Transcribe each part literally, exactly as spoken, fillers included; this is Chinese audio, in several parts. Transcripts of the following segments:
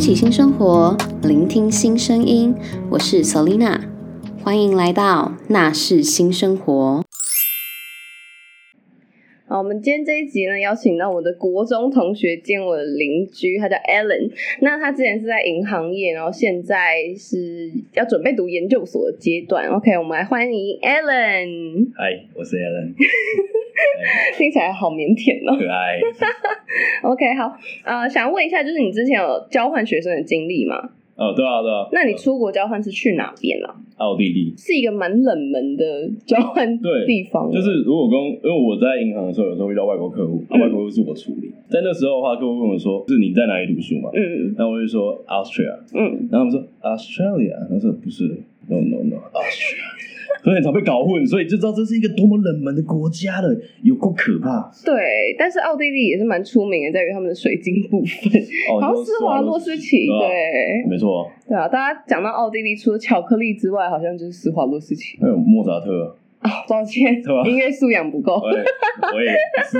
起新生活，聆听新声音，我是 Selina， 欢迎来到那是新生活。好，我们今天这一集呢，邀请到我的国中同学兼我的邻居，他叫 Alan。那他之前是在银行业，然后现在是要准备读研究所的阶段。OK， 我们来欢迎 Alan。 嗨，我是 Alan。 听起来好腼腆哦， 可爱。 OK， 好，呃，想问一下，就是你之前有交换学生的经历吗？ 哦，对啊，对啊。 那你出国交换是去哪边啊？ 奥地利是一个蛮冷门的交换地方。 就是如果跟因为我在银行的时候，有时候遇到外国客户，嗯啊、外国客户是我处理。在那时候的话，客户问我说：“是你在哪里读书嘛？”嗯，然后我就说 Austria。嗯，然后他们说 Australia， 他说不是 ，no no no Austria。所以很常被搞混，所以就知道这是一个多么冷门的国家了，有够可怕。 对，但是奥地利也是蛮出名的，在于他们的水晶部分，哦、好像施华洛世奇，对， 没错， 对啊，大家讲到奥地利，除了巧克力之外，好像就是施华洛世奇， 还有莫扎特。 啊、哦，抱歉，音乐素养不够。 我也，我也是。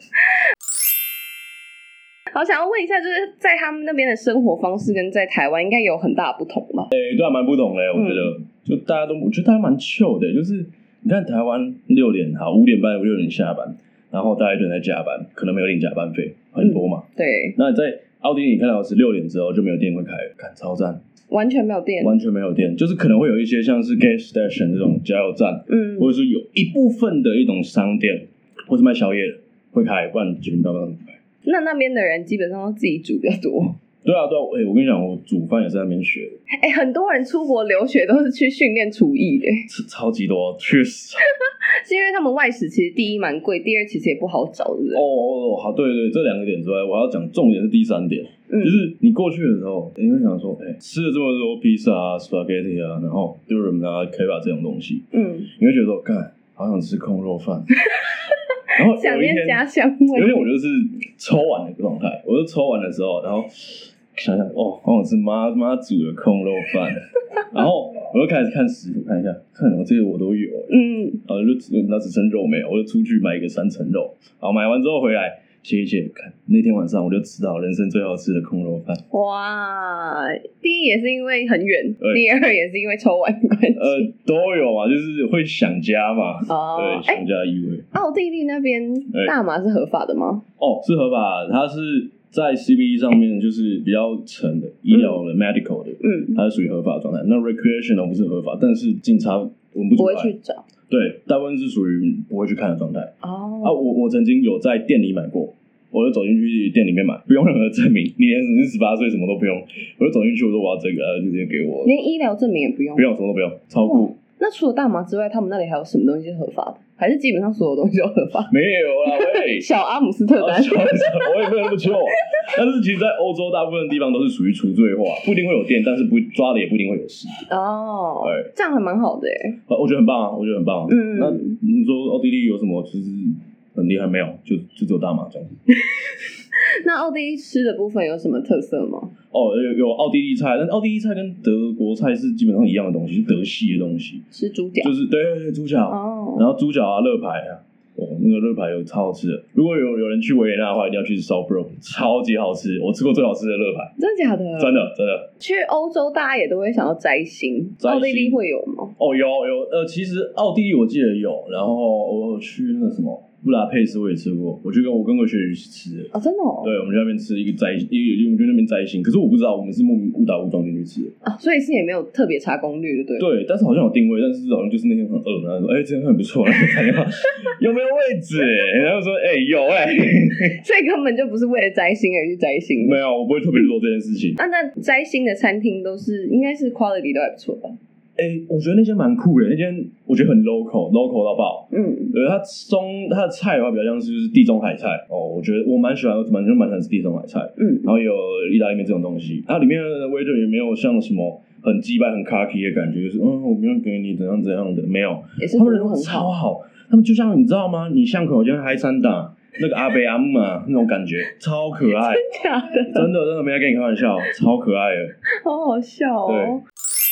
好，想要问一下，就是在他们那边的生活方式跟在台湾应该有很大的不同吧？ 诶、欸，对啊，蛮不同的，我觉得。嗯，就大家都，我觉得大家蛮 chill 的，就是你看台湾六点好，五点半六点下班，然后大家一顿在加班，可能没有领加班费，很多嘛。 嗯、对。 那在奥地利，你看到是六点之后就没有店会开，干超赞， 完全没有店， 完全没有店，就是可能会有一些像是 gas station 这种加油站，嗯，或者是有一部分的一种商店，或是卖宵夜的会开，不然基本上不开。那那边的人基本上都自己煮比较多。 对啊，对啊，欸、我跟你讲，我煮饭也是在那边学的。 哎、欸，很多人出国留学都是去训练厨艺的， 超级多，确实。 是因为他们外食其实第一蛮贵，第二其实也不好找，对不对？ 哦哦，好，对对，这两个点之外，我要讲重点是第三点，嗯、就是你过去的时候，你会想说，哎、欸，吃了这么多披萨啊、spaghetti 啊，然后 durum 啊、kebab 这种东西，嗯，你会觉得说，干，好想吃控肉饭。然后想念家乡味。 有一天我就是抽完的状态，我就抽完的时候，然后想想哦，好想吃妈妈煮的控肉饭，然后我就开始看食谱，看一下，看我这个我都有，嗯，然后就那只剩肉没有，我就出去买一个三层肉，然后买完之后回来切一切，看那天晚上我就知道人生最好吃的控肉饭。 哇，第一也是因为很远，第二也是因为抽完关系， 呃，都有嘛，就是会想家嘛，哦，对，想家意味。 奥地利那边大麻是合法的吗？ 哦，是合法的，它是在 C B D 上面就是比较沉的医疗的、嗯、medical 的，嗯，它是属于合法的状态。那 recreational 不是合法，但是警察我们不不会去找， 对，大部分是属于不会去看的状态。哦，啊，我我曾经有在店里买过，我就走进去店里面买，不用任何证明，你连你是十八岁什么都不用，我就走进去，我说我要这个，呃，就直接给我， 连医疗证明也不用， 不用，什么都不用，超酷。 那除了大麻之外，他们那里还有什么东西是合法的？还是基本上所有东西都合法？ 没有啦，喂， 小阿姆斯特丹， 哦、我也没有那么臭。但是其实，在欧洲大部分地方都是属于除罪化，不一定会有店，但是不抓的也不一定会有事。 哦，对，这样还蛮好的耶。 我觉得很棒啊，我觉得很棒、啊。嗯，那你说奥地利有什么就是很厉害没有？就就只有大麻这样子。 那奥地利吃的部分有什么特色吗？ 哦，有有奥地利菜，但奥地利菜跟德国菜是基本上一样的东西，是德系的东西。 吃猪脚， 就是对对对，猪脚。哦，然后猪脚啊，肋排啊，哦，那个肋排有超好吃的。如果有有人去维也纳的话，一定要去吃 Sauerbraten， 超级好吃，我吃过最好吃的肋排。 真的假的？ 真的真的。 去欧洲大家也都会想要摘星，奥地利会有吗？ 哦，有有，呃，其实奥地利我记得有，然后我去那个什么。布达佩斯我也吃过，我去跟我跟我学姐一起吃的。 哦，真的哦。 对，我们在那边吃一个摘，一个我们就那边摘星，可是我不知道我们是莫名误打误撞进去吃的啊，所以是也没有特别查攻略，对。 对，但是好像有定位，但是好像就是那天很饿，然后说，哎、欸，这样很不错，然后打电话有没有位置？然后说，哎、欸，有哎、欸， 所以根本就不是为了摘星而去摘星。 没有，我不会特别做这件事情。 啊，那摘星的餐厅都是应该是 quality 都还不错吧？ 哎、欸，我觉得那间蛮酷的，那间我觉得很 local，local 到爆。嗯，对，它中它的菜的话比较像是就是地中海菜哦，我觉得我蛮喜欢，我蛮就蛮喜欢吃地中海菜。嗯，然后有意大利面这种东西，它里面的 waiter 也没有像什么很鸡掰、很 cocky 的感觉，就是嗯，我不用给你怎样怎样的，没有，他们人很超好，他们就像你知道吗？你巷口就嗨餐打那个阿伯阿姆啊那种感觉，超可爱， 真假的？ 真的真的没在跟你开玩笑，超可愛的， 好好笑哦。对。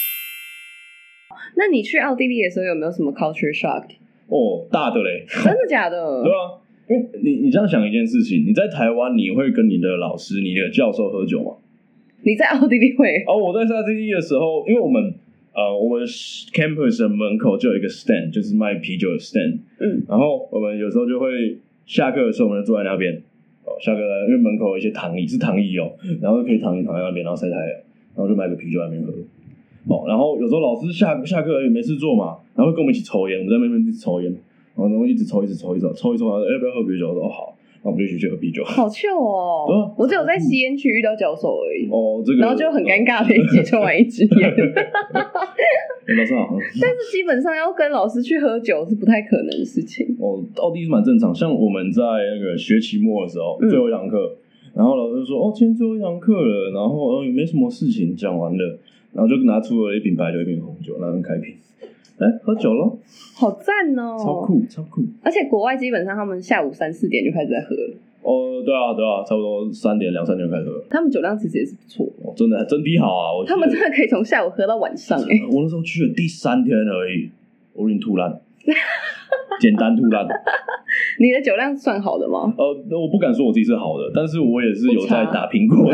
那你去奥地利的时候有没有什么 culture shock？ 哦，大的嘞， 真的假的？ 对啊，因为你你这样想一件事情，你在台湾你会跟你的老师、你的教授喝酒吗？ 你在奥地利会？ 哦，我在奥地利的时候，因为我们呃，我们 campus 的门口就有一个 stand， 就是卖啤酒的 stand。嗯，然后我们有时候就会下课的时候，我们就坐在那边。哦，下课因为门口有一些躺椅，是躺椅哦，然后可以躺椅躺在那边，然后晒太阳，然后就买个啤酒在那边喝。哦，然后有时候老师下下课也没事做嘛，然后会跟我们一起抽烟，我们在那边一直抽烟，然后一直抽一直抽一直抽抽一抽，然后要不要喝啤酒？我说哦好。那我们就一起去喝啤酒， 好糗哦！啊、我只有在吸烟区遇到教授而已。 哦，这个， 然后就很尴尬的一起抽完一支烟。 老师好。 但是基本上要跟老师去喝酒是不太可能的事情。 哦，奥地利是蛮正常。像我们在那个学期末的时候，嗯、最后一堂课，然后老师说：“哦，今天最后一堂课了，然后哦也没什么事情，讲完了，然后就拿出了一瓶白酒，一瓶红酒，然后开瓶。”哎，喝酒咯， 好赞哦！ 超酷，超酷！ 而且国外基本上他们下午三四点就开始在喝了。 哦，对啊，对啊，差不多三点两三点就开始喝。 他们酒量其实也是不错， 哦，真的真的好啊！我他们真的可以从下午喝到晚上哎、欸。 我那时候去了第三天而已，我有点吐烂，简单吐烂。 你的酒量算好的吗？ 呃，我不敢说我自己是好的，但是我也是有在打拼过的。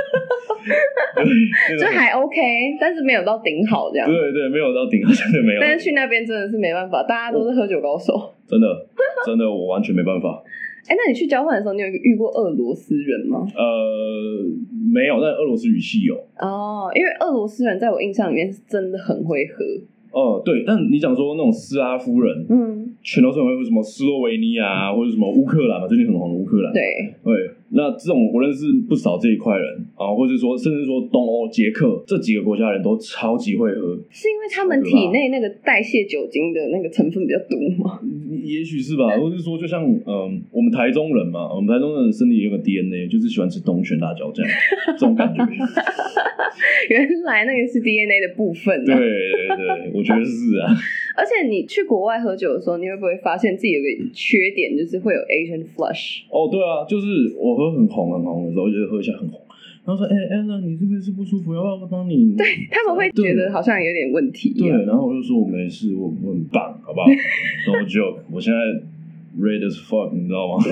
就还 OK， 但是没有到顶好这样。 对对，没有到顶好，真的没有。 但是去那边真的是没办法，大家都是喝酒高手。 真的，真的，我完全没办法。 哎、欸，那你去交换的时候，你有遇过俄罗斯人吗？ 呃，没有，但俄罗斯语系有。 哦，因为俄罗斯人在我印象里面是真的很会喝。 哦，对，但你讲说那种斯拉夫人，嗯，全都是很会，什么斯洛维尼亚或者什么乌克兰嘛，最近很红的乌克兰， 对， 对，那这种我认识不少这一块人啊，或者说甚至说东欧、捷克这几个国家人都超级会喝， 是因为他们体内那个代谢酒精的那个成分比较多吗？ 也许是吧，或者说就像嗯，我们台中人嘛，我们台中人身体有个 D N A， 就是喜欢吃东泉辣椒酱，这种感觉。 原来那个是 D N A 的部分、啊。 对对对，我觉得是啊。 而且你去国外喝酒的时候，你会不会发现自己有个缺点，就是会有 Asian flush？ 哦，对啊，就是我喝很红很红的时候，就是喝一下很红，然后说：“哎、欸、，Ella， 你是不是不舒服？要不要我帮你？” 对，他们会觉得好像有点问题。 对，然后我就说我没事，我我很棒，好不好？No joke， 我现在 red as fuck， 你知道吗？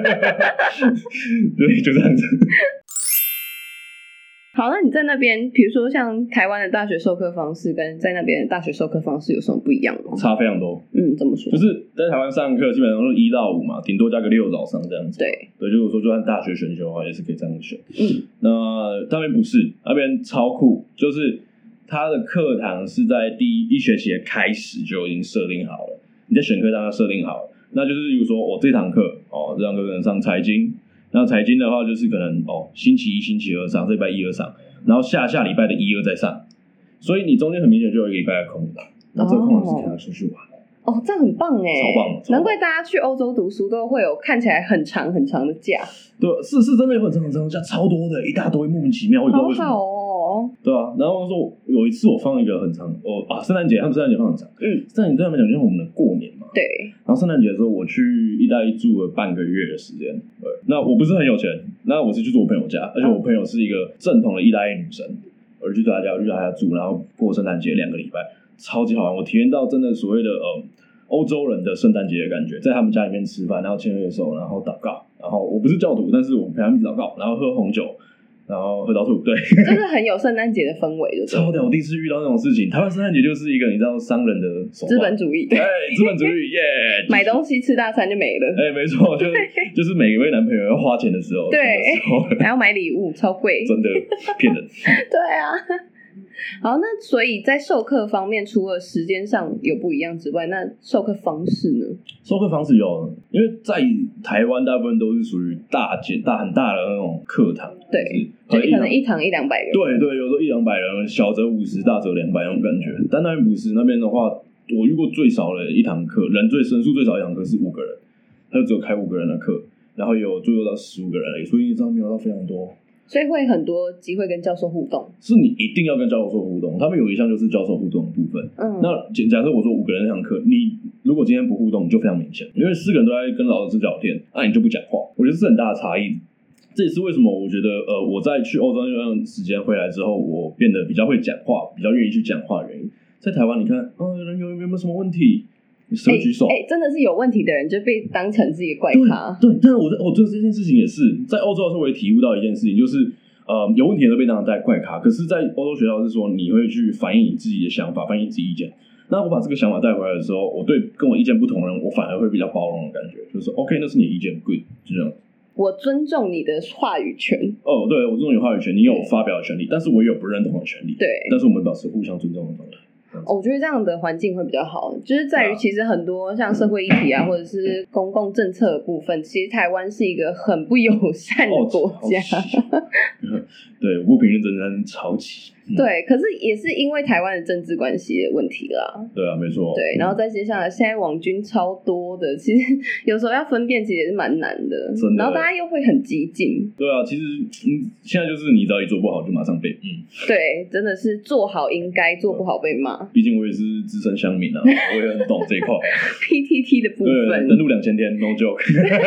对，就这样子。 好，那你在那边，比如说像台湾的大学授课方式跟在那边的大学授课方式有什么不一样吗？ 差非常多。 嗯，怎么说？ 就是在台湾上课基本上都是一到五嘛，顶多加个六早上这样子。 对对，就是说就算大学选修的话，也是可以这样选。嗯，那那边不是，那边超酷，就是他的课堂是在第一一学期的开始就已经设定好了，你在选课当中设定好了，那就是比如说我、哦、这堂课哦，这堂课可能上财经。那财经的话，就是可能哦，星期一、星期二上，这礼拜一二上，然后下下礼拜的一二再上，所以你中间很明显就有一个礼拜的空档，那这个空档是可以拿出去玩。 哦，这样很棒哎， 超棒！ 难怪大家去欧洲读书都会有看起来很长很长的假。 对，是是真的有很长很长的假，超多的，一大堆，莫名其妙，我也不知道为什么。 好好哦。 对啊，然后说有一次我放一个很长，哦啊，圣诞节他们圣诞节放很长，嗯，圣诞节对他们讲就像我们的过年嘛。 对。 然后圣诞节的时候，我去意大利住了半个月的时间。对，那我不是很有钱，那我是去住我朋友家，而且我朋友是一个正统的意大利女生，我就去她家，我就去她家住，然后过圣诞节两个礼拜，超级好玩。我体验到真的所谓的呃欧洲人的圣诞节的感觉，在他们家里面吃饭，然后牵着手，然后祷告，然后我不是教徒，但是我陪他们一起祷告，然后喝红酒。然后喝到吐，对， 就是很有圣诞节的氛围，就超屌！我第一次遇到那种事情。台湾圣诞节就是一个你知道商人的手资本主义， 哎，资本主义耶！ 买东西吃大餐就没了， 哎，没错，就是就是每一位男朋友要花钱的时候， 对，还要买礼物，超贵， 真的骗人。 对啊。好，那所以在授课方面，除了时间上有不一样之外，那授课方式呢？ 授课方式有，因为在台湾大部分都是属于大简大很大的那种课堂， 对，就可能一堂一两百人， 对对，有时候一两百人，小则五十，大则两百那种感觉。但那边不是，那边的话，我遇过最少的一堂课，人最人数最少一堂课是五个人，他就只有开五个人的课，然后有最多到十五个人而已，所以你知道没有到非常多。 所以会很多机会跟教授互动， 是你一定要跟教授互动。他们有一项就是教授互动的部分。嗯，那假设我说五个人那堂课，你如果今天不互动，就非常明显，因为四个人都在跟老师聊天，那、啊、你就不讲话，我觉得是很大的差异。这也是为什么我觉得，呃，我在去欧洲那段时间回来之后，我变得比较会讲话，比较愿意去讲话的原因。在台湾，你看，啊，人有有没有什么问题？谁举手？ 哎、欸欸，真的是有问题的人就被当成是一个怪咖。 对，对但是我在我做这件事情也是在欧洲的时候，我也体悟到一件事情，就是呃有问题的都被当成带怪咖，可是，在欧洲学校是说你会去反映你自己的想法，反映你自己意见。那我把这个想法带回来的时候，我对跟我意见不同的人，我反而会比较包容的感觉，就是 OK， 那是你的意见 ，good， 就这样。 我尊重你的话语权。 哦，对，我尊重你话语权，你有发表的权利，但是我也有不认同的权利。 对， 但是我们保持互相尊重的状态。 我觉得这样的环境会比较好，就是在于其实很多像社会议题啊，或者是公共政策的部分，其实台湾是一个很不友善的国家。 哦、对，不平认真真超级。 对，可是也是因为台湾的政治关系的问题啦。 对啊，没错。 对，然后再接下来，现在网军超多的，其实有时候要分辨，其实也是蛮难的。 真的。 然后大家又会很激进。 对啊，其实嗯，现在就是你只要一做不好，就马上被嗯。 对，真的是做好应该，做不好被骂。 毕竟我也是资深乡民啊，我也很懂这一块。 P T T 的部分， 登录两千天 ，no joke。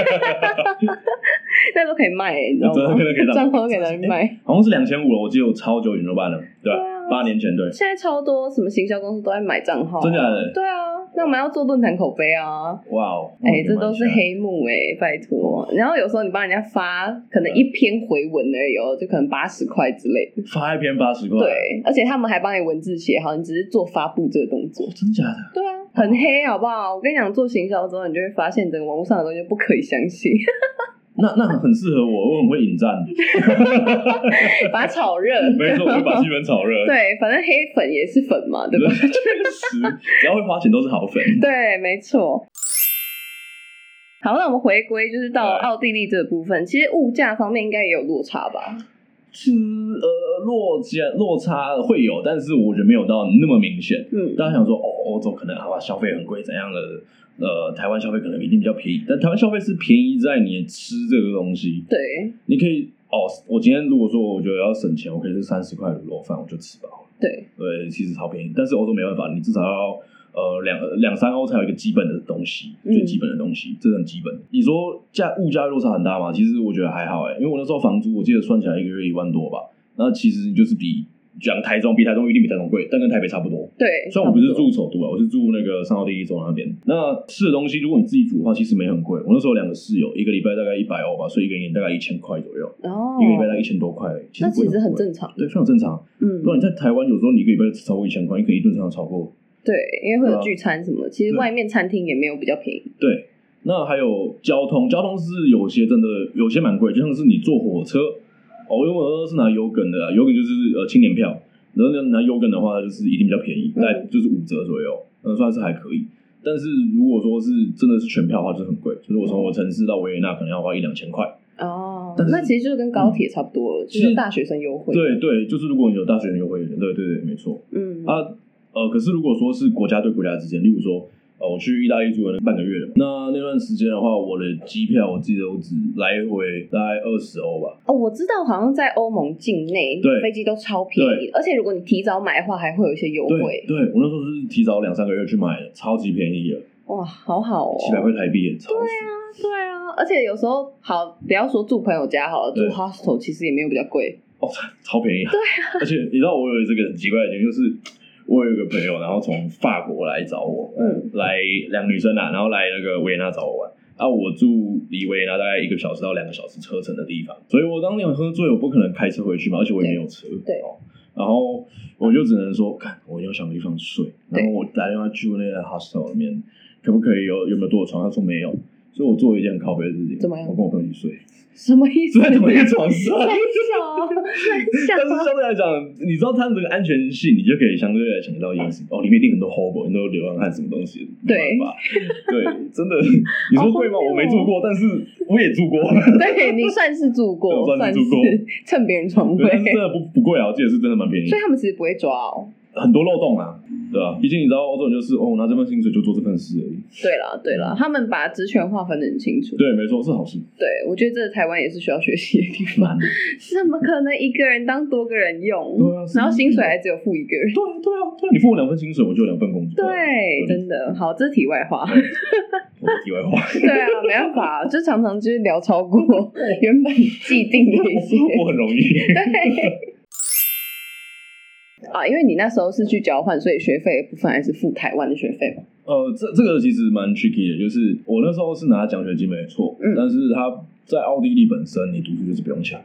那都可以卖、欸，你知道吗？账号都可以拿去卖， 好像是两千五了，我记得我超久以前就办了，对吧、啊？八年前对。 现在超多什么行销公司都在买账号、啊， 真假的？ 对啊，那我们要做论坛口碑啊！ 哇哦， 哎、欸，这都是黑幕哎、欸，拜托。然后有时候你帮人家发，可能一篇回文而已哦，就可能八十块之类的。 发一篇八十块， 对，而且他们还帮你文字写好，你只是做发布这个动作。 哦、真假的？ 对啊，很黑好不好？我跟你讲，做行销之后，你就会发现整个网络上的东西不可以相信。 那那很适合我，我很会引战， 把它炒热。 没错，我会把气氛炒热。 对，反正黑粉也是粉嘛，对吧？ 确实，只要会花钱都是好粉。 对，没错。好，那我们回归就是到奥地利这个部分，其实物价方面应该也有落差吧？ 是呃，落价落差会有，但是我觉得没有到那么明显。嗯，大家想说哦，欧洲可能好吧，消费很贵怎样的？呃，台湾消费可能一定比较便宜，但台湾消费是便宜在你吃这个东西。 对， 你可以哦，我今天如果说我觉得要省钱，我可以是三十块卤肉饭，我就吃饱了。 对， 对，其实超便宜，但是欧洲没办法，你至少要呃两两三欧才有一个基本的东西，最基本的东西，嗯、这是很基本。你说价物价落差很大吗？其实我觉得还好哎、欸，因为我那时候房租我记得算起来一个月一万多吧，那其实就是比。讲台中比台中一定比台中贵，但跟台北差不多。 对， 虽然我不是住首都啊，我是住那个上奥地利州那边。那吃的东西，如果你自己煮的话，其实没很贵。我那时候有两个室友，一个礼拜大概一百欧吧，所以一个人大概一千块左右。哦，一个礼拜大概一千多块，其实那其实很正常。 对，非常正常。嗯，不然你在台湾有时候你一个礼拜超过一千块，你可能一顿餐要超过。 对，因为会有聚餐什么，其实外面餐厅也没有比较便宜。 对，那还有交通，交通是有些真的有些蛮贵，就像是你坐火车，哦，因为我都是拿油梗的啦，油梗就是呃青年票。然后拿优梗的话，就是一定比较便宜，大概就是五折左右，呃，算是还可以。但是如果说是真的是全票的话，就是很贵。就是我从我城市到维也纳可能要花一两千块。 哦，那其实就是跟高铁差不多了，嗯、就是大学生优惠。 对对，就是如果你有大学生优惠，对对对，没错。嗯啊呃，可是如果说是国家对国家之间，例如说。哦，我去意大利住了半个月了。那那段时间的话，我的机票我记得我只来回大概二十欧吧。 哦，我知道，好像在欧盟境内，飞机都超便宜，而且如果你提早买的话，还会有一些优惠。 对，对我那时候是提早两三个月去买的，超级便宜的。 哇，好好哦， 七百块台币，超对啊，对啊，而且有时候好，不要说住朋友家好了，住 hostel 其实也没有比较贵。 哦，超便宜。 对啊， 而且你知道我有这个很奇怪的经历，就是。我有一个朋友，然后从法国来找我，嗯，来两个女生啊，然后来那个维也纳找我玩。啊，我住离维也纳大概一个小时到两个小时车程的地方，所以我当年喝醉，我不可能开车回去嘛，而且我也没有车， 对， 哦，然后我就只能说，看我要想个地方睡，然后我打电话去那个 hostel 里面，可不可以有有没有多的床？他说没有，所以我做了一件很靠北的事情， 怎么样？ 我跟我朋友一起睡。 什么意思？ 在同一个床上， 很小，很小。 但是相对来讲，你知道它这个安全性，你就可以相对来想到一件事哦，里面一定很多 hobo， 很多流浪汉什么东西， 对， 对，真的，你说贵吗？我没住过，但是我也住过。 对你算是住过， 算是住过， 蹭别人床位， 但是真的不不贵啊，我记得是真的蛮便宜。 所以他们其实不会抓哦。 很多漏洞啊，对吧、啊？毕竟你知道欧洲人就是哦，拿这份薪水就做这份事而已。 对啦，对啦，他们把职权划分得很清楚。 对，没错，是好事。 对，我觉得这台湾也是需要学习的地方。怎么可能一个人当多个人用？ 对啊， 然后薪水还只有付一个人。 对啊，对啊，对啊，你付我两份薪水，我就有两份工作。 对，真的好，这是题外话。 题外话。 对啊，没办法，就常常就是聊超过原本既定的一些。 我很容易。 对。啊，因为你那时候是去交换，所以学费的部分还是付台湾的学费嘛？ 呃，这这个其实蛮 tricky 的，就是我那时候是拿奖学金没错，嗯，但是他在奥地利本身，你读书就是不用钱。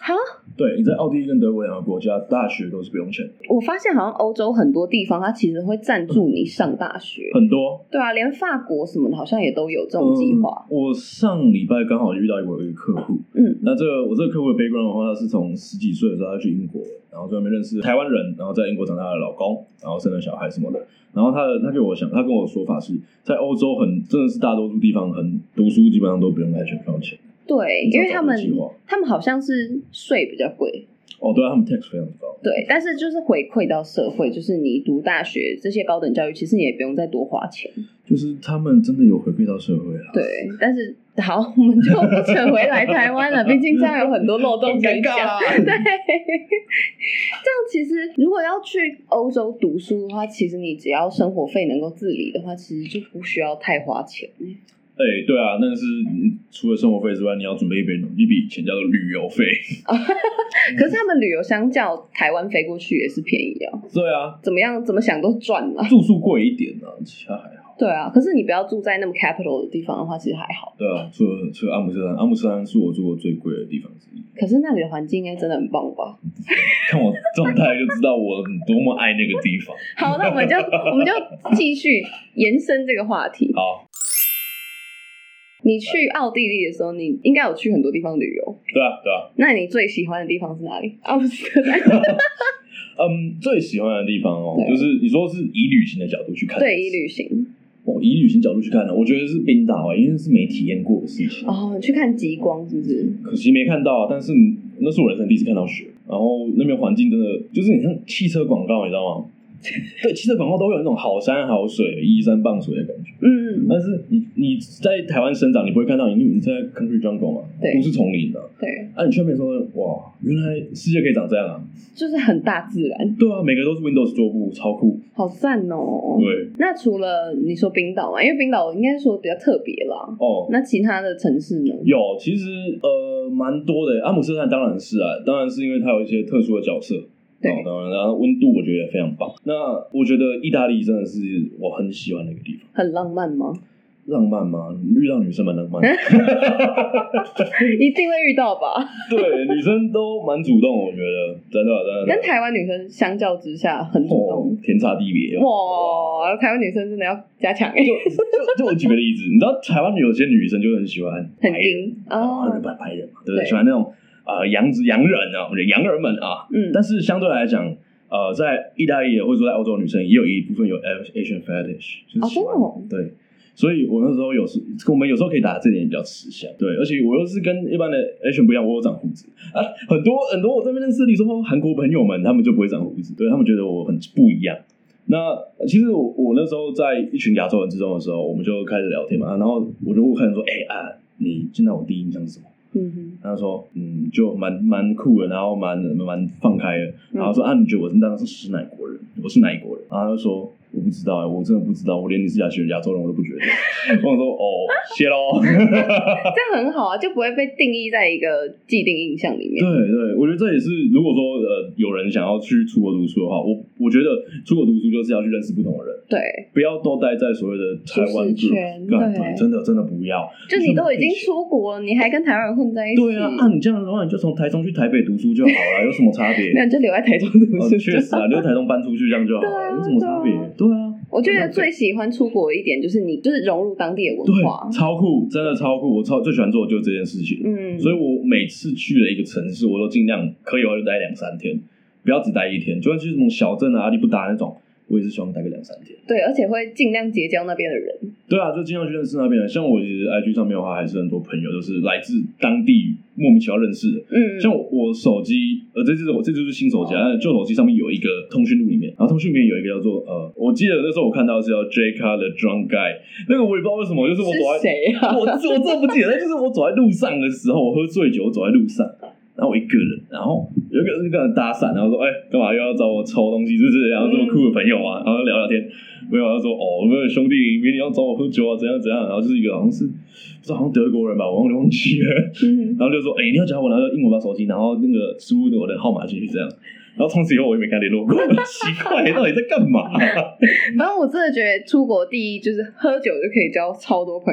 哈？ 对，你在奥地利跟德国两个国家大学都是不用钱的。 我发现好像欧洲很多地方它其实会赞助你上大学， 很多。 对啊，连法国什么的好像也都有这种计划、 嗯。我上礼拜刚好遇到我有一个客户，嗯，那这个我这个客户的 background 的话，他是从十几岁的时候他去英国，然后在那边认识台湾人，然后在英国长大的老公，然后生了小孩什么的。然后他的他给我想，他跟我的说法是在欧洲很真的是大多数地方很读书基本上都不用太全票钱。 对，因为他们他们好像是税比较贵。 哦，对啊，他们 tax 非常高。 对，但是就是回馈到社会，就是你读大学这些高等教育，其实你也不用再多花钱。 就是他们真的有回馈到社会啊。 对，但是好，我们就不扯回来台湾了，毕竟这样有很多漏洞可以讲。对，这样其实如果要去欧洲读书的话，其实你只要生活费能够自理的话，其实就不需要太花钱。 哎、欸，对啊，但是除了生活费之外，你要准备一笔一笔钱叫做旅游费。 可是他们旅游相较台湾飞过去也是便宜啊。 对啊， 怎么样怎么想都赚了。 住宿贵一点啊，其他还好。 对啊，可是你不要住在那么 capital 的地方的话，其实还好。 对啊，除了除了阿姆斯特丹，阿姆斯特丹是我住过最贵的地方之一。 可是那里的环境应该真的很棒吧？ 看我状态就知道我多么爱那个地方。 好，那我们就我们就继续延伸这个话题。 好。 你去奥地利的时候，你应该有去很多地方旅游。 对啊，对啊。 那你最喜欢的地方是哪里？阿姆斯特丹。 嗯，最喜欢的地方哦，就是你说是以旅行的角度去看。 对，以旅行。 哦，以旅行角度去看呢，我觉得是冰岛啊，因为是没体验过的事情。 哦，去看极光是不是？ 可惜没看到啊，但是那是我人生第一次看到雪。然后那边环境真的，就是你像汽车广告，你知道吗？对，汽车广告都会有那种好山好水、依山傍水的感觉。嗯，但是你你在台湾生长，你不会看到，因为你在 country jungle 嘛，都是丛林啊。 对。 啊，你去那边说，哇，原来世界可以长这样啊！ 就是很大自然。 对啊，每个都是 Windows 桌布，超酷。 好赞哦！ 对。 那除了你说冰岛嘛，因为冰岛应该说比较特别啦。哦。那其他的城市呢？ 有，其实呃蛮多的。阿姆斯特丹当然是啊，当然是因为它有一些特殊的角色。对，当然，然后温度我觉得也非常棒。那我觉得意大利真的是我很喜欢的一个地方。 很浪漫吗？ 浪漫吗？遇到女生蛮浪漫的。 一定会遇到吧？ 对，女生都蛮主动，我觉得真的真的。 跟台湾女生相较之下，很主动， 哦、天差地别。 哇，台湾女生真的要加强。 就就就我举个例子，你知道台湾有些女生就很喜欢很硬啊，日本白人嘛，对不对？喜欢那种。呃，洋子洋人啊，我觉得洋人们啊，嗯，但是相对来讲，呃，在意大利或者说在欧洲女生也有一部分有 Asian fetish， 就是喜欢、哦、对，所以我那时候有时我们有时候可以打这点比较吃香，对，而且我又是跟一般的 Asian 不一样，我有长胡子啊，很多很多我这边认识你说韩国朋友们，他们就不会长胡子，对他们觉得我很不一样。那其实我我那时候在一群亚洲人之中的时候，我们就开始聊天嘛，然后我就开始说，哎、欸、啊，你现在我第一印象是什么？嗯哼，他说，嗯，就蛮蛮酷的，然后蛮蛮放开的，然后说、嗯、啊，你觉得我是当时是哪国人？我是哪一国人？然后他就说，我不知道、欸，我真的不知道，我连你是亚亚洲人我都不觉得。我说，哦，谢喽。 这样很好啊，就不会被定义在一个既定印象里面。 对对，我觉得这也是，如果说呃有人想要去出国读书的话，我我觉得出国读书就是要去认识不同的人， 对， 不要都待在所谓的台湾圈，对，真的真的不要。 就你都已经出国了，你还跟台湾人混在一起？ 对啊，啊，你这样的话，你就从台中去台北读书就好了，有什么差别？ 没有，就留在台中读书。 确、哦、实啊，留在台中搬出去这样就好了，啊、有什么差别？对啊， 我觉得最喜欢出国的一点就是你就是融入当地的文化， 对，超酷，真的超酷。我超最喜欢做的就是这件事情。嗯，所以我每次去了一个城市，我都尽量可以的话就待两三天，不要只待一天。就算去什么小镇啊、阿里不达那种，我也是希望待个两三天。 对，而且会尽量结交那边的人。 对啊，就尽量去认识那边的人。像我其实 I G 上面的话，还是很多朋友都是来自当地莫名其妙认识的。嗯，像我手机，呃，这就是我这就是新手机啊，旧手机上面有一个通讯录里面，然后通讯里面有一个叫做呃，我记得那时候我看到的是叫 J Car the Drunk Guy， 那个我也不知道为什么，就是我走在谁啊？ 我我真的不记得，就是我走在路上的时候，我喝醉酒，我走在路上。然后我一个人，然后有一个人跟人搭讪，然后说：“哎、欸，干嘛又要找我抽东西？是不是？然后这么酷的朋友啊？”然后聊聊天，没有，他说：“哦，我们兄弟明天要找我喝酒啊，怎样怎样。”然后就是一个好像是不知道好像德国人吧，我忘记忘记了。嗯、然后就说：“哎、欸，你要加我，然后印我把手机，然后那个输入我的号码进去，这样。”然后从此以后我也没跟他联络过，奇怪，到底在干嘛？ 反正我真的觉得出国第一就是喝酒就可以交超多朋友。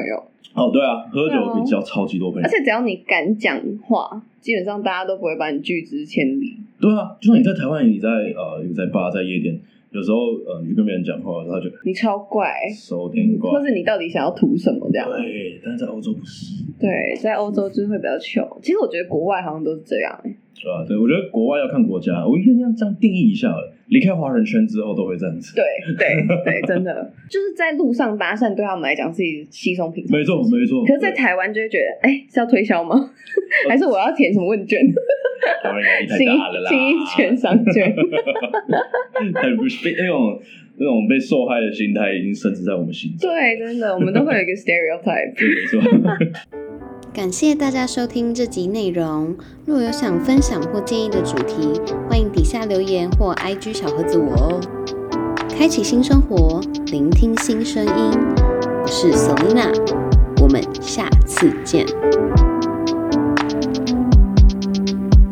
哦，对啊，喝酒比较超级多朋友， 而且只要你敢讲话，基本上大家都不会把你拒之千里。 对啊，就算你在台湾，你在呃，你在吧，在夜店，有时候呃，你跟别人讲话，他就你超怪， 收听怪， 或是你到底想要图什么这样？ 对，但是在欧洲不是。 对，在欧洲就是会比较糗。其实我觉得国外好像都是这样、欸， 对啊，对，我觉得国外要看国家，我应该这样定义一下了。离开华人圈之后都会这样子。 对对对，真的就是在路上搭讪对他们来讲是稀松平常。 没错没错。 可是，在台湾就会觉得，哎、欸，是要推销吗？还是我要填什么问卷？ 台湾压力太大了啦， 新一券商券。 太不是被那种那种被受害的心态已经深植在我们心中。 对，真的，我们都会有一个 stereotype。 对，没错。 感谢大家收听这集内容。若有想分享或建议的主题，欢迎底下留言或 I G 小盒子我哦。开启新生活，聆听新声音，我是 Selina，我们下次见。